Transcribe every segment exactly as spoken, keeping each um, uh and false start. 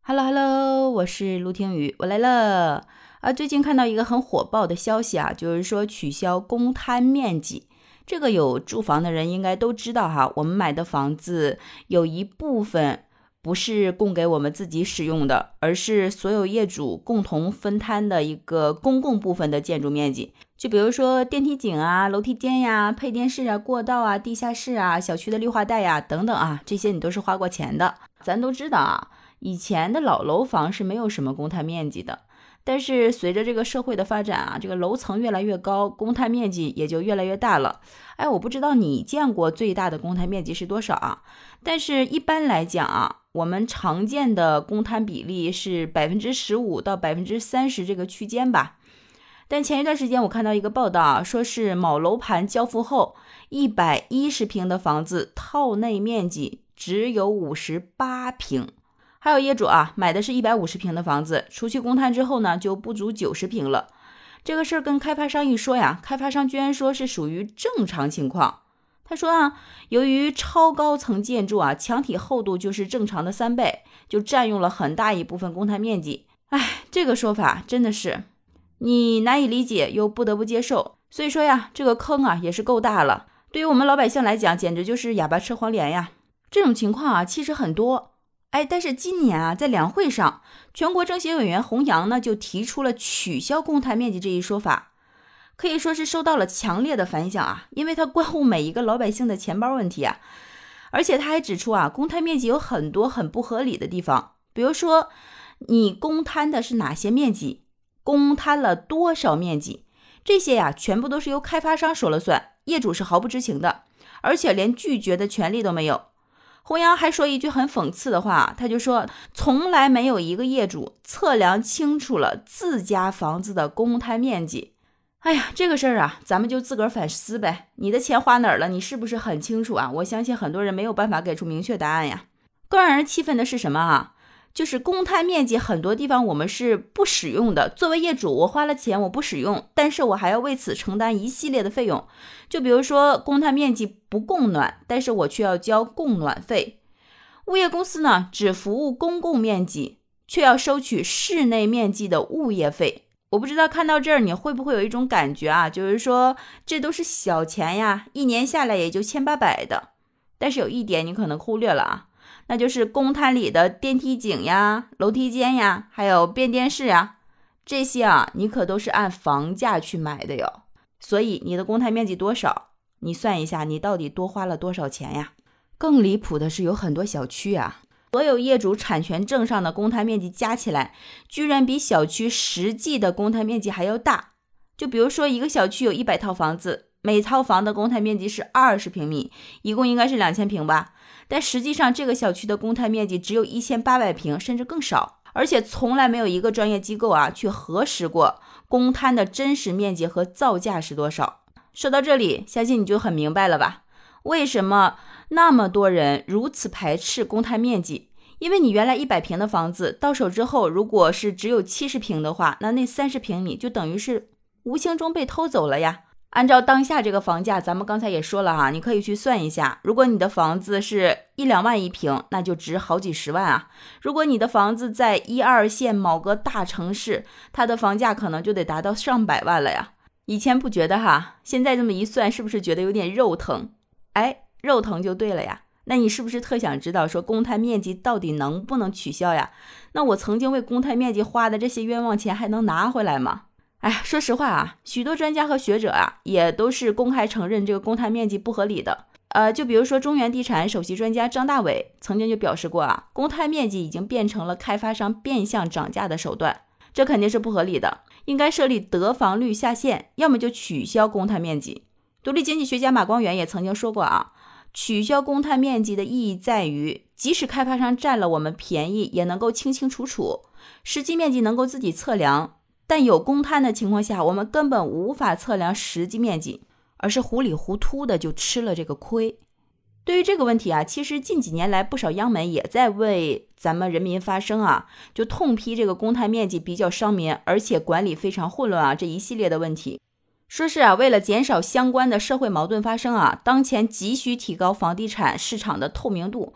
Hello Hello，我是陆听雨，我来了啊！最近看到一个很火爆的消息啊，就是说取消公摊面积。这个有住房的人应该都知道哈，我们买的房子有一部分不是供给我们自己使用的，而是所有业主共同分摊的一个公共部分的建筑面积。就比如说电梯井啊、楼梯间呀、配电室啊、过道啊、地下室啊、小区的绿化带呀等等啊，这些你都是花过钱的。咱都知道啊，以前的老楼房是没有什么公摊面积的，但是随着这个社会的发展啊，这个楼层越来越高，公摊面积也就越来越大了。哎，我不知道你见过最大的公摊面积是多少啊？但是一般来讲啊，我们常见的公摊比例是百分之十五到百分之三十这个区间吧。但前一段时间我看到一个报道啊，说是某楼盘交付后，一百一十平的房子套内面积只有五十八平。还有业主啊，买的是一百五十平的房子，除去公摊之后呢，就不足九十平了。这个事儿跟开发商一说呀，开发商居然说是属于正常情况。他说啊，由于超高层建筑啊，墙体厚度就是正常的三倍，就占用了很大一部分公摊面积。哎，这个说法真的是你难以理解又不得不接受。所以说呀，这个坑啊也是够大了。对于我们老百姓来讲，简直就是哑巴吃黄连呀。这种情况啊，其实很多。哎，但是今年啊，在两会上，全国政协委员洪洋呢就提出了取消公摊面积这一说法，可以说是受到了强烈的反响啊，因为它关乎每一个老百姓的钱包问题啊。而且他还指出啊，公摊面积有很多很不合理的地方，比如说你公摊的是哪些面积，公摊了多少面积，这些呀、啊，全部都是由开发商说了算，业主是毫不知情的，而且连拒绝的权利都没有。洪洋还说一句很讽刺的话，他就说从来没有一个业主测量清楚了自家房子的公摊面积。哎呀，这个事儿啊，咱们就自个儿反思呗，你的钱花哪儿了，你是不是很清楚啊？我相信很多人没有办法给出明确答案呀。更让人气愤的是什么啊？就是公摊面积很多地方我们是不使用的，作为业主我花了钱我不使用，但是我还要为此承担一系列的费用。就比如说公摊面积不供暖，但是我却要交供暖费。物业公司呢只服务公共面积，却要收取室内面积的物业费。我不知道看到这儿你会不会有一种感觉啊，就是说这都是小钱呀，一年下来也就千八百的。但是有一点你可能忽略了啊，那就是公摊里的电梯井呀、楼梯间呀，还有变电室呀，这些啊，你可都是按房价去买的哟。所以你的公摊面积多少，你算一下，你到底多花了多少钱呀？更离谱的是，有很多小区啊，所有业主产权证上的公摊面积加起来，居然比小区实际的公摊面积还要大。就比如说一个小区有一百套房子，每套房的公摊面积是二十平米，一共应该是两千平吧。但实际上这个小区的公摊面积只有一千八百平，甚至更少，而且从来没有一个专业机构啊去核实过公摊的真实面积和造价是多少。说到这里，相信你就很明白了吧？为什么那么多人如此排斥公摊面积？因为你原来一百平的房子到手之后，如果是只有七十平的话，那那三十平米就等于是无形中被偷走了呀。按照当下这个房价，咱们刚才也说了哈，你可以去算一下，如果你的房子是一两万一平，那就值好几十万啊。如果你的房子在一二线某个大城市，它的房价可能就得达到上百万了呀。以前不觉得哈，现在这么一算，是不是觉得有点肉疼？哎，肉疼就对了呀。那你是不是特想知道说公摊面积到底能不能取消呀？那我曾经为公摊面积花的这些冤枉钱还能拿回来吗？哎，说实话啊，许多专家和学者啊，也都是公开承认这个公摊面积不合理的。呃，就比如说中原地产首席专家张大伟曾经就表示过啊，公摊面积已经变成了开发商变相涨价的手段，这肯定是不合理的，应该设立得房率下限，要么就取消公摊面积。独立经济学家马光远也曾经说过啊，取消公摊面积的意义在于，即使开发商占了我们便宜，也能够清清楚楚，实际面积能够自己测量。但有公摊的情况下，我们根本无法测量实际面积，而是糊里糊涂的就吃了这个亏。对于这个问题啊，其实近几年来不少央媒也在为咱们人民发声啊，就痛批这个公摊面积比较伤民，而且管理非常混乱啊，这一系列的问题。说是啊，为了减少相关的社会矛盾发生啊，当前急需提高房地产市场的透明度，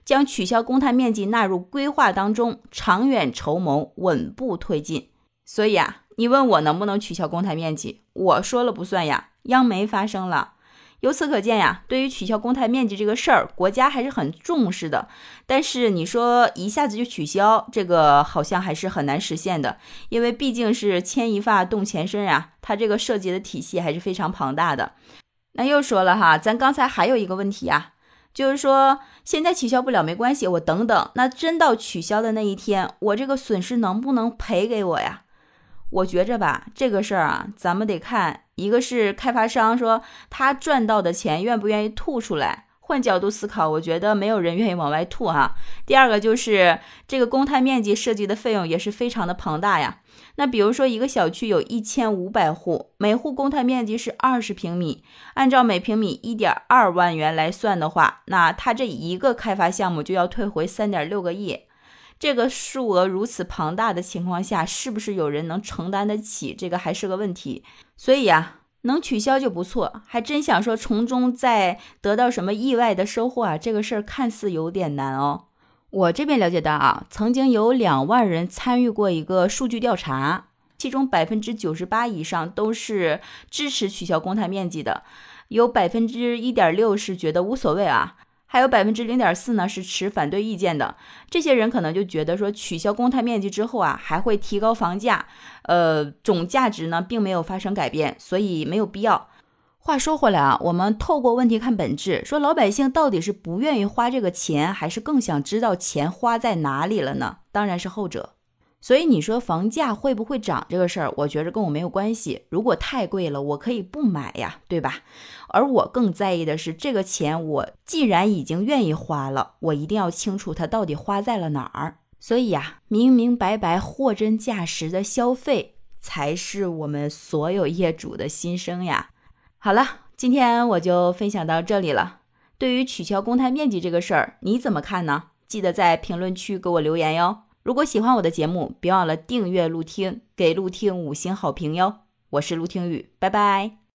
将取消公摊面积纳入规划当中，长远筹谋，稳步推进。所以啊，你问我能不能取消公摊面积，我说了不算呀，央没发生了。由此可见呀，对于取消公摊面积这个事儿，国家还是很重视的。但是你说一下子就取消，这个好像还是很难实现的，因为毕竟是牵一发动全身呀，它这个涉及的体系还是非常庞大的。那又说了哈，咱刚才还有一个问题啊，就是说现在取消不了没关系，我等等，那真到取消的那一天，我这个损失能不能赔给我呀？我觉着吧，这个事儿啊，咱们得看，一个是开发商说他赚到的钱愿不愿意吐出来，换角度思考，我觉得没有人愿意往外吐哈。第二个就是这个公摊面积涉及的费用也是非常的庞大呀。那比如说一个小区有一千五百户，每户公摊面积是二十平米，按照每平米 一点二万元来算的话，那他这一个开发项目就要退回 三点六个亿。这个数额如此庞大的情况下，是不是有人能承担得起？这个还是个问题。所以啊，能取消就不错，还真想说从中再得到什么意外的收获啊，这个事儿看似有点难哦。我这边了解到啊，曾经有两万人参与过一个数据调查，其中 百分之九十八 以上都是支持取消公摊面积的，有 百分之一点六 是觉得无所谓啊，还有 百分之零点四 呢是持反对意见的。这些人可能就觉得说取消公摊面积之后啊，还会提高房价，呃，总价值呢并没有发生改变，所以没有必要。话说回来啊，我们透过问题看本质，说老百姓到底是不愿意花这个钱，还是更想知道钱花在哪里了呢？当然是后者。所以你说房价会不会涨这个事儿，我觉得跟我没有关系。如果太贵了，我可以不买呀，对吧？而我更在意的是，这个钱我既然已经愿意花了，我一定要清楚它到底花在了哪儿。所以呀，明明白白货真价实的消费，才是我们所有业主的心声呀。好了，今天我就分享到这里了。对于取消公摊面积这个事儿，你怎么看呢？记得在评论区给我留言哟。如果喜欢我的节目，别忘了订阅陆听，给陆听五星好评哟。我是陆听雨，拜拜。